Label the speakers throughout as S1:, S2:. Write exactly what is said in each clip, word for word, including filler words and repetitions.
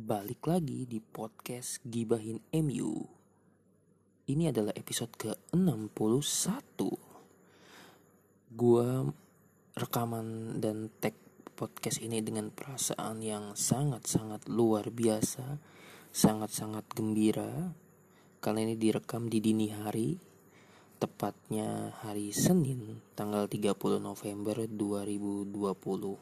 S1: Balik lagi di podcast Gibahin M U. Ini adalah episode ke enam puluh satu. Gua rekaman dan tag podcast ini dengan perasaan yang sangat-sangat luar biasa, sangat-sangat gembira. Karena ini direkam di dini hari, tepatnya hari Senin tanggal tiga puluh November dua ribu dua puluh.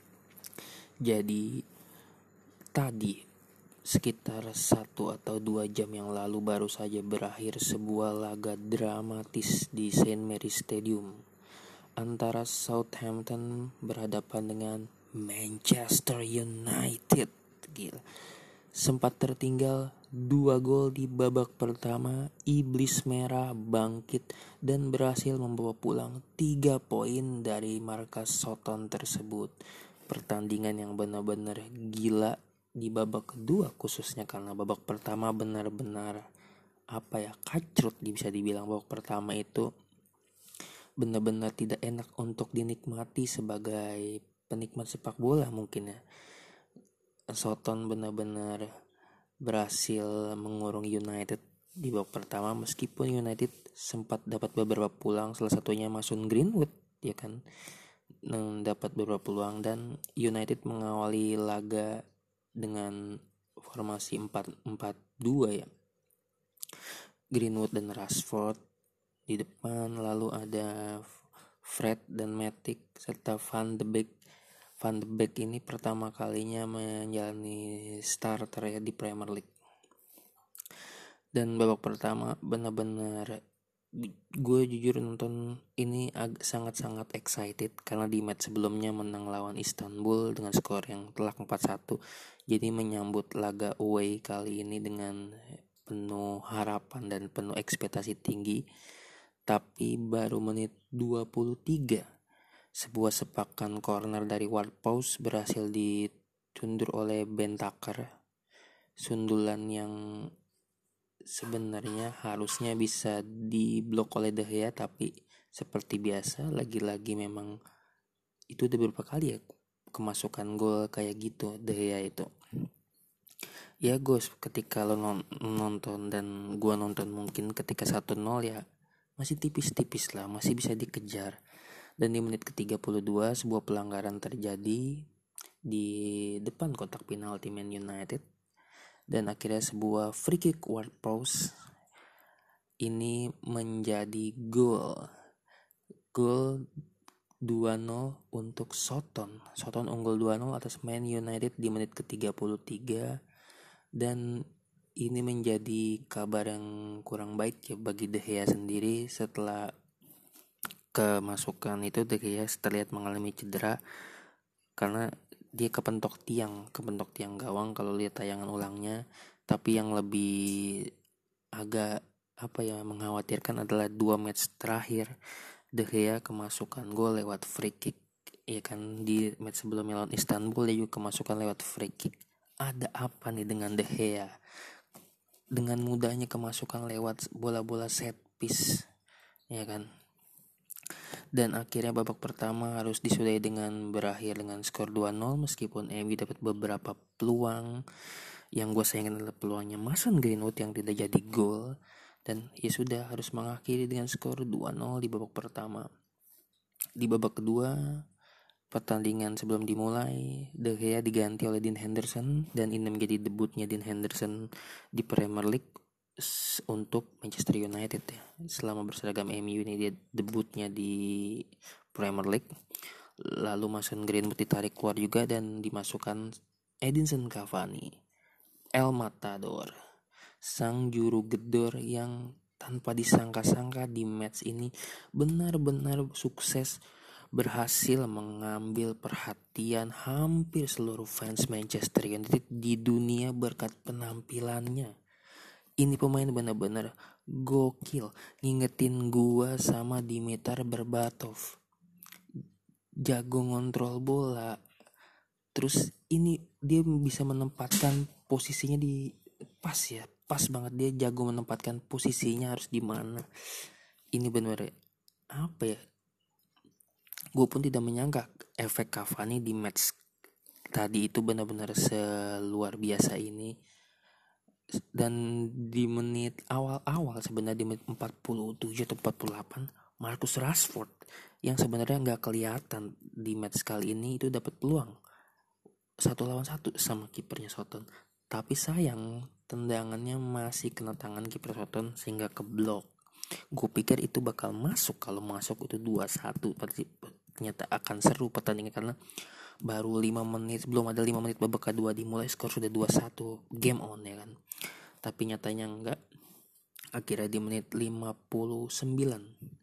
S1: Jadi tadi sekitar satu atau dua jam yang lalu baru saja berakhir sebuah laga dramatis di Saint Mary's Stadium antara Southampton berhadapan dengan Manchester United. Gila. Sempat tertinggal dua gol di babak pertama, Iblis Merah bangkit dan berhasil membawa pulang tiga poin dari markas Soton tersebut. Pertandingan yang benar-benar gila di babak kedua, khususnya karena babak pertama benar-benar apa ya kacrut bisa dibilang. Babak pertama itu benar-benar tidak enak untuk dinikmati sebagai penikmat sepak bola mungkin ya. Soton benar-benar berhasil mengurung United di babak pertama, meskipun United sempat dapat beberapa peluang, salah satunya Mason Greenwood ya kan, dapat beberapa peluang, dan United mengawali laga dengan formasi empat empat dua ya. Greenwood dan Rashford di depan, lalu ada Fred dan Matic serta Van de Beek. Van de Beek ini pertama kalinya menjalani starter ya di Premier League. Dan babak pertama benar-benar gue jujur nonton ini ag- sangat-sangat excited karena di match sebelumnya menang lawan Istanbul dengan skor yang telak empat satu. Jadi menyambut laga away kali ini dengan penuh harapan dan penuh ekspektasi tinggi. Tapi baru menit dua puluh tiga sebuah sepakan corner dari Ward Prowse berhasil ditundur oleh Ben Tucker. Sundulan yang sebenarnya harusnya bisa diblok oleh De Gea, tapi seperti biasa lagi-lagi memang itu udah beberapa kali ya kemasukan gol kayak gitu De Gea itu. Ya gue ketika lo non- nonton dan gue nonton mungkin ketika satu nol ya masih tipis-tipis lah, masih bisa dikejar. Dan di menit ke tiga puluh dua sebuah pelanggaran terjadi di depan kotak penalti Man United. Dan akhirnya sebuah free kick Ward Prowse ini menjadi gol. Gol dua nol untuk Soton. Soton unggul dua nol atas Man United di menit ke tiga puluh tiga. Dan ini menjadi kabar yang kurang baik ya bagi De Gea sendiri. Setelah kemasukan itu De Gea terlihat mengalami cedera karena dia kepentok tiang, kepentok tiang gawang kalau lihat tayangan ulangnya. Tapi yang lebih agak apa ya mengkhawatirkan adalah dua match terakhir De Gea kemasukan gol lewat free kick. Ya kan, di match sebelumnya lawan Istanbul dia juga kemasukan lewat free kick. Ada apa nih dengan De Gea? Dengan mudahnya kemasukan lewat bola-bola set piece, ya kan? Dan akhirnya babak pertama harus disudahi dengan berakhir dengan skor dua nol, meskipun M U dapat beberapa peluang. Yang gue sayangkan adalah peluangnya Mason Greenwood yang tidak jadi gol. Dan ya sudah harus mengakhiri dengan skor dua nol di babak pertama. Di babak kedua pertandingan sebelum dimulai, De Gea diganti oleh Dean Henderson, dan ini menjadi debutnya Dean Henderson di Premier League untuk Manchester United ya. Selama berseragam M U ini dia debutnya di Premier League. Lalu Mason Greenwood ditarik keluar juga dan dimasukkan Edinson Cavani, El Matador, sang juru gedor yang tanpa disangka-sangka di match ini benar-benar sukses berhasil mengambil perhatian hampir seluruh fans Manchester United di dunia berkat penampilannya. Ini pemain benar-benar gokil, ngingetin gua sama Dimitar Berbatov. Jago ngontrol bola. Terus ini dia bisa menempatkan posisinya di pas ya, pas banget, dia jago menempatkan posisinya harus di mana. Ini benar apa ya? Gue pun tidak menyangka efek Cavani di match tadi itu benar-benar seluar biasa ini. Dan di menit awal-awal sebenarnya di menit empat puluh tujuh atau empat puluh delapan, Marcus Rashford yang sebenarnya nggak kelihatan di match kali ini itu dapat peluang satu lawan satu sama kipernya Soton, tapi sayang tendangannya masih kena tangan kiper Soton sehingga keblok. Gue pikir itu bakal masuk, kalau masuk itu dua satu, pasti ternyata akan seru pertandingan karena baru lima menit, belum ada lima menit babak kedua dimulai skor sudah dua satu, game on ya kan. Tapi nyatanya enggak. Akhirnya di menit lima puluh sembilan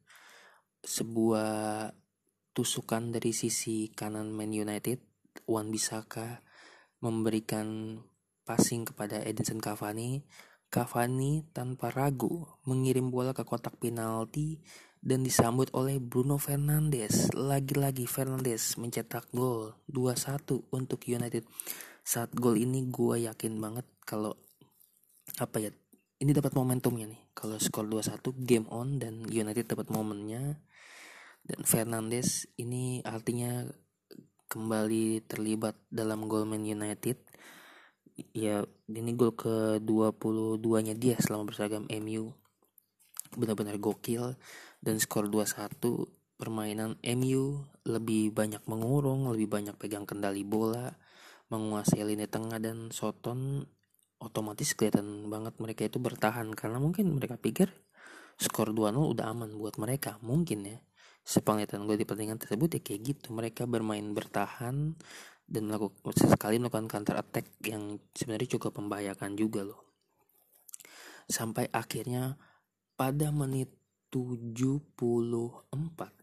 S1: sebuah tusukan dari sisi kanan Man United, Wan-Bissaka memberikan passing kepada Edinson Cavani. Cavani tanpa ragu mengirim bola ke kotak penalti dan disambut oleh Bruno Fernandes. Lagi-lagi Fernandes mencetak gol dua satu untuk United. Saat gol ini gue yakin banget kalau apa ya, ini dapat momentumnya nih. Kalau skor dua satu, game on dan United dapat momennya. Dan Fernandes ini artinya kembali terlibat dalam gol Man United. Ya, ini gol ke dua puluh dua-nya dia selama berseragam M U. Benar-benar gokil. Dan skor dua satu, permainan M U lebih banyak mengurung, lebih banyak pegang kendali bola, menguasai lini tengah, dan Soton otomatis kelihatan banget mereka itu bertahan karena mungkin mereka pikir skor dua nol udah aman buat mereka. Mungkin ya, sepenglihatan gue di pertandingan tersebut ya kayak gitu. Mereka bermain bertahan dan melakukan sesekali melakukan counter attack yang sebenarnya cukup membahayakan juga loh. Sampai akhirnya pada menit tujuh puluh empat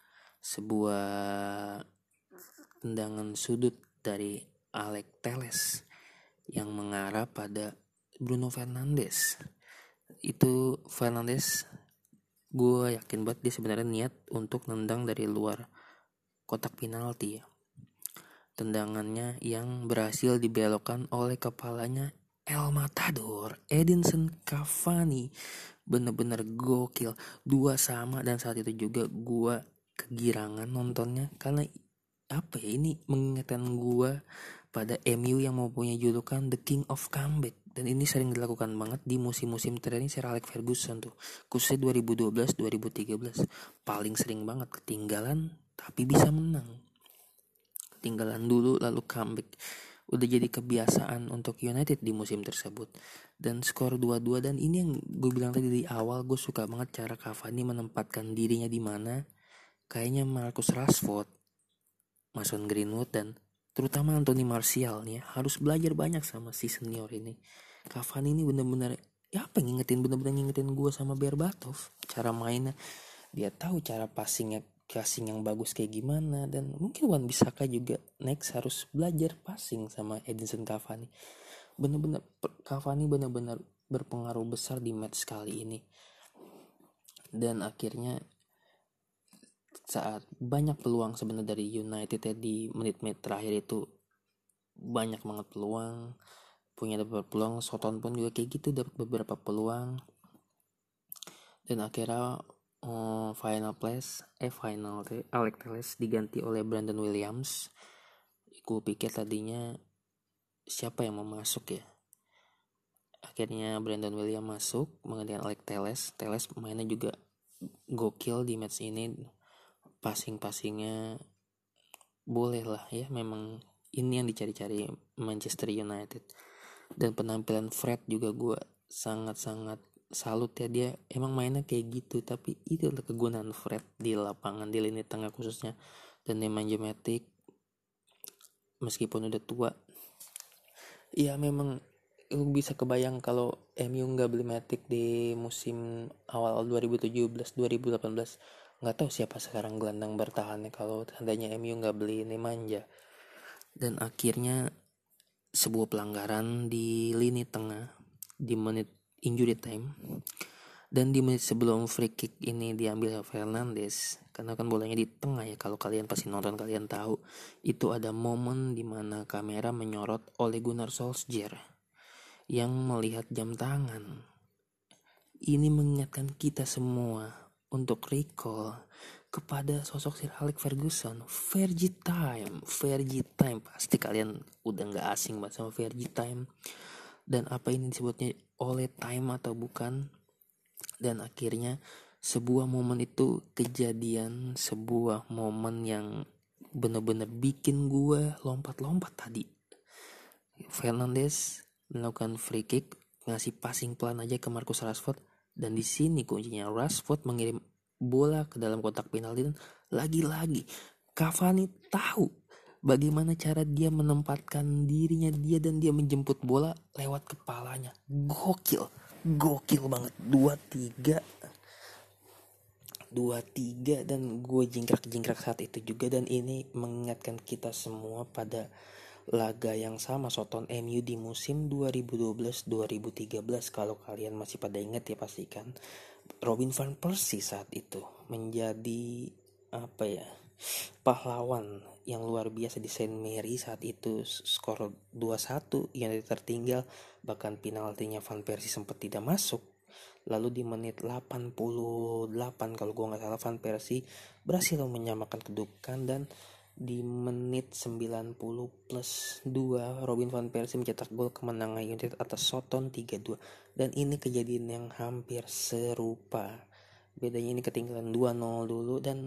S1: sebuah tendangan sudut dari Alex Telles yang mengarah pada Bruno Fernandes. Itu Fernandes, gue yakin banget dia sebenarnya niat untuk nendang dari luar kotak penalti ya. Tendangannya yang berhasil dibelokkan oleh kepalanya El Matador, Edinson Cavani. Bener-bener gokil, dua sama. Dan saat itu juga gue kegirangan nontonnya karena apa ya, ini mengingatkan gue pada M U yang mempunyai julukan The King of Comeback. Dan ini sering dilakukan banget di musim-musim terakhir Sir Alex Ferguson tuh, khususnya dua ribu dua belas dua ribu tiga belas. Paling sering banget ketinggalan tapi bisa menang, ketinggalan dulu lalu comeback. Udah jadi kebiasaan untuk United di musim tersebut. Dan skor dua dua, dan ini yang gue bilang tadi di awal, gue suka banget cara Cavani menempatkan dirinya di mana. Kayaknya Marcus Rashford, Mason Greenwood, dan terutama Anthony Martial nih harus belajar banyak sama si senior ini. Cavani ini bener-bener ya apa ngingetin, bener-bener ngingetin gue sama Berbatov. Cara mainnya, dia tahu cara passingnya, passing yang bagus kayak gimana. Dan mungkin Wan-Bissaka juga next harus belajar passing sama Edinson Cavani. Bener-bener Cavani bener-bener berpengaruh besar di match kali ini. Dan akhirnya saat banyak peluang sebenarnya dari United ya di menit-menit terakhir itu, banyak banget peluang, punya beberapa peluang. Soton pun juga kayak gitu, dapat beberapa peluang. Dan akhirnya uh, final place eh final Alex Telles diganti oleh Brandon Williams. Gue pikir tadinya siapa yang mau masuk ya, akhirnya Brandon Williams masuk menggantikan Alex Telles. Telles mainnya juga gokil di match ini, passing-passingnya boleh lah ya, memang ini yang dicari-cari Manchester United. Dan penampilan Fred juga gue sangat-sangat salut ya, dia emang mainnya kayak gitu, tapi itu adalah kegunaan Fred di lapangan, di lini tengah khususnya. Dan Nemanja Matic meskipun udah tua ya, memang lu bisa kebayang kalau M U nggak beli Matic di musim awal dua ribu tujuh belas dua ribu delapan belas, nggak tahu siapa sekarang gelandang bertahannya kalau seandainya M U nggak beli Nemanja. Dan akhirnya sebuah pelanggaran di lini tengah di menit injury time, dan di menit sebelum free kick ini diambil Fernandes, karena kan bolanya di tengah ya. Kalau kalian pasti nonton, kalian tahu itu ada momen dimana kamera menyorot Ole Gunnar Solskjaer yang melihat jam tangan. Ini mengingatkan kita semua untuk recall kepada sosok Sir Alex Ferguson. Fergie time, Fergie time, pasti kalian udah nggak asing banget sama Fergie time. Dan apa ini disebutnya oleh time atau bukan? Dan akhirnya sebuah momen itu kejadian, sebuah momen yang bener-bener bikin gue lompat-lompat tadi. Fernandes melakukan free kick, ngasih passing pelan aja ke Marcus Rashford, dan di sini kuncinya Rashford mengirim bola ke dalam kotak penalti, dan lagi-lagi Cavani tahu bagaimana cara dia menempatkan dirinya dia dan dia menjemput bola lewat kepalanya. Gokil, gokil banget. dua tiga dua tiga dan gue jingkrak-jingkrak saat itu juga. Dan ini mengingatkan kita semua pada laga yang sama Soton M U di musim dua ribu dua belas dua ribu tiga belas. Kalau kalian masih pada ingat ya pastikan. Robin van Persie saat itu menjadi apa ya, pahlawan yang luar biasa di Saint Mary saat itu. Skor dua satu yang tertinggal, bahkan penaltinya Van Persie sempat tidak masuk. Lalu di menit delapan puluh delapan kalau gue gak salah Van Persie berhasil menyamakan kedudukan, dan di menit sembilan puluh plus dua Robin van Persie mencetak gol kemenangan United atas Soton tiga dua. Dan ini kejadian yang hampir serupa, bedanya ini ketinggalan dua nol dulu. Dan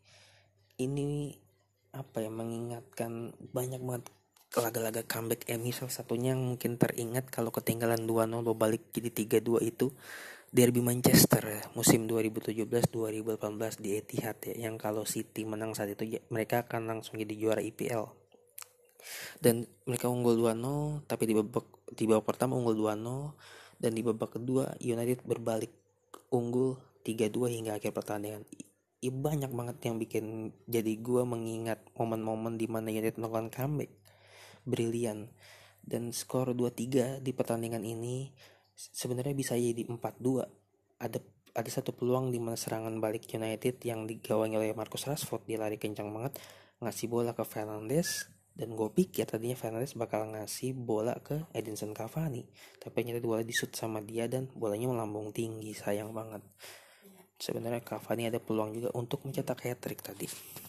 S1: ini apa ya, mengingatkan banyak banget laga-laga comeback M U. Salah satunya yang mungkin teringat kalau ketinggalan dua nol lo balik jadi tiga dua itu Derby Manchester ya, musim dua ribu tujuh belas dua ribu delapan belas di Etihad ya, yang kalau City menang saat itu mereka akan langsung jadi juara I P L. Dan mereka unggul dua nol, tapi di babak di babak pertama unggul dua nol, dan di babak kedua United berbalik unggul tiga dua hingga akhir pertandingan. Ya, banyak banget yang bikin jadi gue mengingat momen-momen di mana United melakukan comeback brilian. Dan skor dua tiga di pertandingan ini sebenarnya bisa jadi empat dua. Ada ada satu peluang di mana serangan balik United yang digawangi oleh Marcus Rashford, dia lari kencang banget, ngasih bola ke Fernandes, dan gue pikir tadinya Fernandes bakal ngasih bola ke Edinson Cavani, tapi ternyata bola disut sama dia dan bolanya melambung tinggi. Sayang banget. Sebenarnya Cavani ada peluang juga untuk mencetak hat-trick tadi.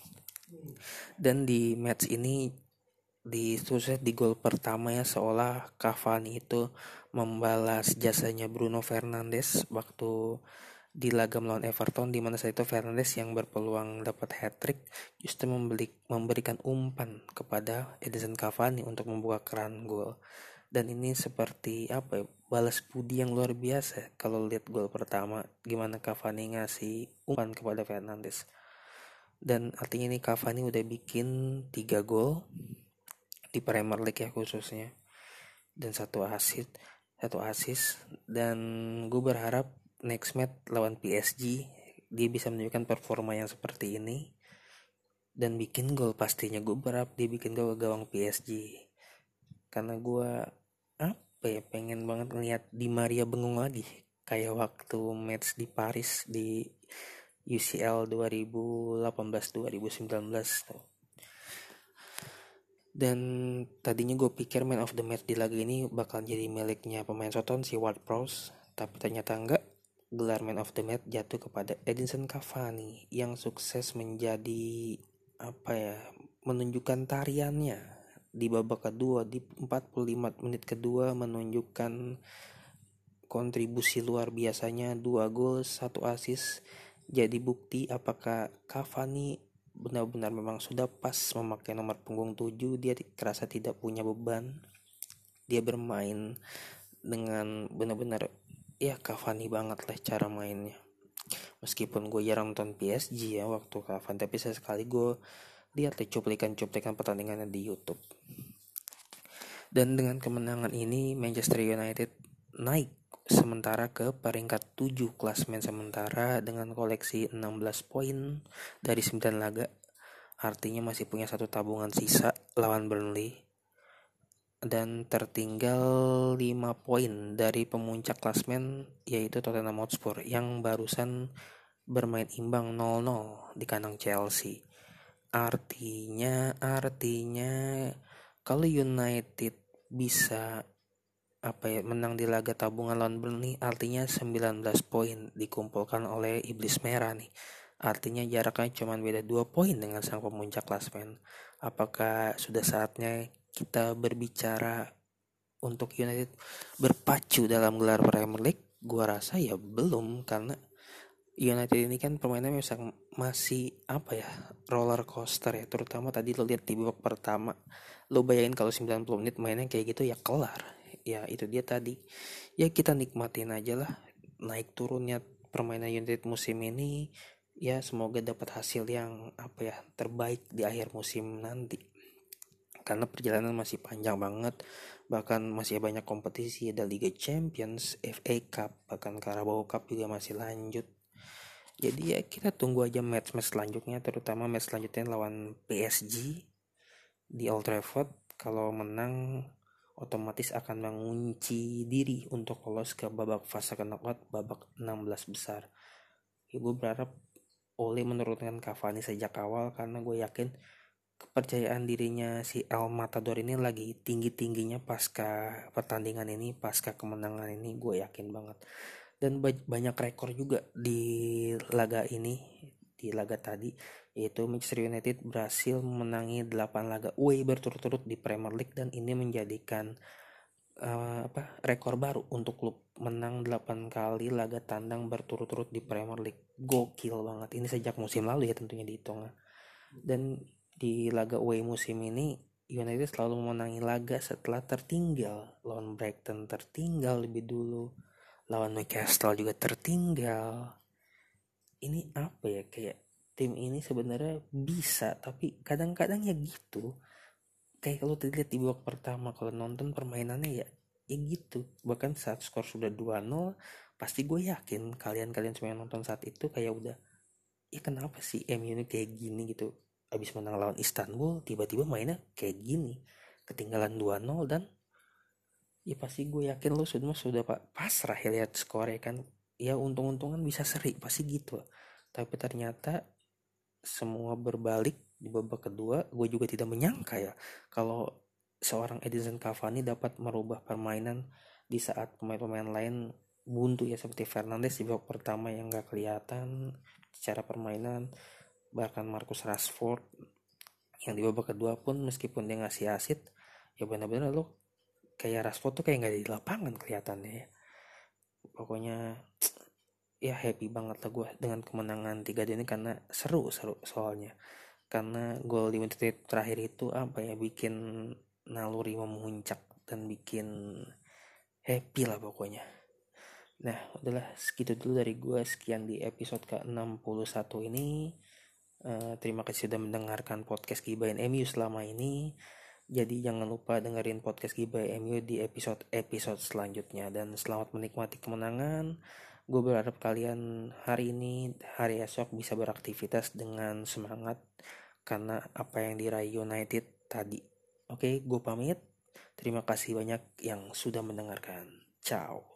S1: Dan di match ini di sukses di gol pertama ya, seolah Cavani itu membalas jasanya Bruno Fernandes waktu di laga melawan Everton, di mana saat itu Fernandes yang berpeluang dapat hat-trick justru membeli, memberikan umpan kepada Edinson Cavani untuk membuka keran gol. Dan ini seperti apa ya, balas budi yang luar biasa. Kalau lihat gol pertama gimana Cavani ngasih umpan kepada Fernandes, dan artinya ini Cavani udah bikin tiga gol di Premier League ya khususnya, dan satu assist satu assist dan gue berharap next match lawan P S G dia bisa menunjukkan performa yang seperti ini dan bikin gol. Pastinya gue berharap dia bikin gol ke gawang P S G, karena gue apa ya, pengen banget ngeliat Di Maria bengong lagi kayak waktu match di Paris di U C L dua ribu delapan belas dua ribu sembilan belas tuh. Dan tadinya gue pikir man of the match di laga ini bakal jadi miliknya pemain Soton si Ward-Prowse, tapi ternyata enggak. Gelar man of the match jatuh kepada Edinson Cavani yang sukses menjadi apa ya, menunjukkan tariannya di babak kedua. Di empat puluh lima menit kedua menunjukkan kontribusi luar biasanya, dua gol satu assist. Jadi bukti apakah Cavani benar-benar memang sudah pas memakai nomor punggung tujuh. Dia terasa tidak punya beban, dia bermain dengan benar-benar ya Cavani banget lah cara mainnya. Meskipun gue jarang nonton P S G ya waktu Cavani, tapi sesekali gue lihat deh cuplikan-cuplikan pertandingannya di YouTube. Dan dengan kemenangan ini Manchester United naik sementara ke peringkat tujuh klasemen sementara dengan koleksi enam belas poin dari sembilan laga. Artinya masih punya satu tabungan sisa lawan Burnley, dan tertinggal lima poin dari pemuncak klasemen yaitu Tottenham Hotspur yang barusan bermain imbang nol nol di kandang Chelsea. Artinya artinya kalau United bisa apa ya, menang di laga tabungan lawan Burnley, artinya sembilan belas poin dikumpulkan oleh Iblis Merah nih. Artinya jaraknya cuma beda dua poin dengan sang pemuncak klasemen. Apakah sudah saatnya kita berbicara untuk United berpacu dalam gelar Premier League? Gua rasa ya belum, karena United ini kan permainannya masih apa ya, roller coaster ya. Terutama tadi lo lihat di babak pertama, lo bayangin kalau sembilan puluh menit mainnya kayak gitu ya kelar. Ya itu dia tadi, ya kita nikmatin aja lah naik turunnya permainan United musim ini. Ya semoga dapat hasil yang apa ya, terbaik di akhir musim nanti, karena perjalanan masih panjang banget. Bahkan masih banyak kompetisi, ada Liga Champions, F A Cup, bahkan Carabao Cup juga masih lanjut. Jadi ya kita tunggu aja match-match selanjutnya, terutama match selanjutnya lawan P S G di Old Trafford. Kalau menang otomatis akan mengunci diri untuk lolos ke babak fase knockout, babak enam belas besar. Ya, gue berharap Ole menurunkan Cavani sejak awal, karena gue yakin kepercayaan dirinya si El Matador ini lagi tinggi-tingginya pasca pertandingan ini, pasca kemenangan ini, gue yakin banget. Dan banyak rekor juga di laga ini, di laga tadi, yaitu Manchester United berhasil memenangi delapan laga away berturut-turut di Premier League, dan ini menjadikan uh, apa rekor baru untuk klub menang delapan kali laga tandang berturut-turut di Premier League. Gokil banget, ini sejak musim lalu ya tentunya dihitung. Dan di laga away musim ini United selalu memenangi laga setelah tertinggal. Lawan Brighton tertinggal lebih dulu, lawan Newcastle juga tertinggal. Ini apa ya, kayak tim ini sebenarnya bisa, tapi kadang-kadang ya gitu. Kayak kalau dilihat di babak pertama, kalau nonton permainannya ya ya gitu. Bahkan saat skor sudah dua nol, pasti gue yakin kalian-kalian semua yang nonton saat itu kayak udah, ya kenapa sih M U ini kayak gini gitu. Abis menang lawan Istanbul, tiba-tiba mainnya kayak gini, ketinggalan dua nol, dan ya pasti gue yakin lo sudah sudah pak pasrah ya lihat skornya kan. Ya untung-untungan bisa seri, pasti gitu. Tapi ternyata semua berbalik di babak kedua. Gue juga tidak menyangka ya kalau seorang Edinson Cavani dapat merubah permainan di saat pemain-pemain lain buntu ya, seperti Fernandes di babak pertama yang gak kelihatan secara permainan. Bahkan Marcus Rashford yang di babak kedua pun meskipun dia ngasih asit, ya benar-benar lo kayak Rashford tuh kayak nggak di lapangan kelihatannya ya. Pokoknya ya happy banget lah gue dengan kemenangan tiga dua ini, karena seru-seru soalnya. Karena gol di menit terakhir itu apa ya, bikin naluri memuncak dan bikin happy lah pokoknya. Nah udahlah segitu dulu dari gue, sekian di episode ke enam puluh satu ini. Uh, terima kasih sudah mendengarkan podcast Gibain M U selama ini. Jadi jangan lupa dengerin podcast Gibain M U di episode-episode selanjutnya. Dan selamat menikmati kemenangan. Gue berharap kalian hari ini, hari esok bisa beraktivitas dengan semangat, karena apa yang diraih United tadi. Oke, gue pamit. Terima kasih banyak yang sudah mendengarkan. Ciao.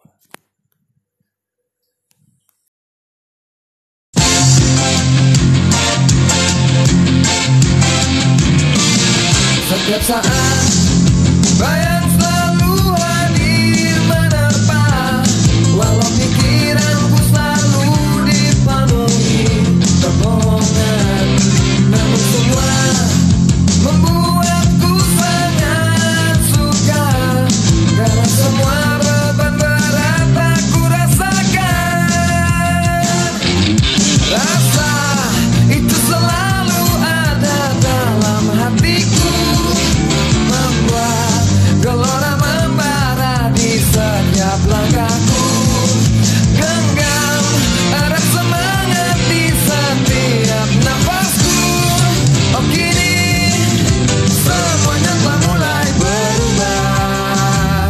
S2: Setiap saat bayang selalu hadir menerpa, walau pikiranku selalu dipenuhi kebohongan. Namun semua membuatku sangat suka, karena semua beban berat aku rasakan. Rasa itu selalu ada dalam hatiku, membuat gelora membara di setiap langkahku. Genggam erat semangat di setiap nafasku. Oh kini semuanya telah mulai berubah.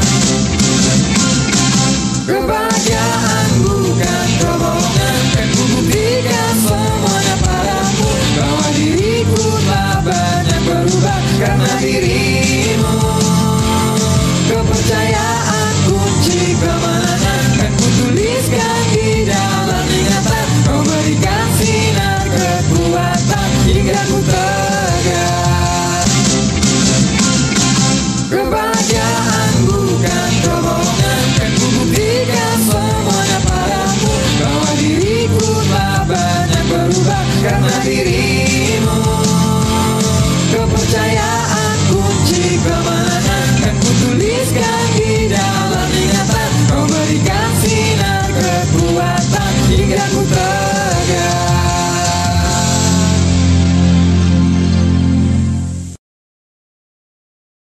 S2: Kebahagiaan bukan kebohongan, kan ku buktikan semuanya padamu, bahwa diriku telah banyak berubah karena dirimu. Kepercayaan kunci kemenangan, kan ku tuliskan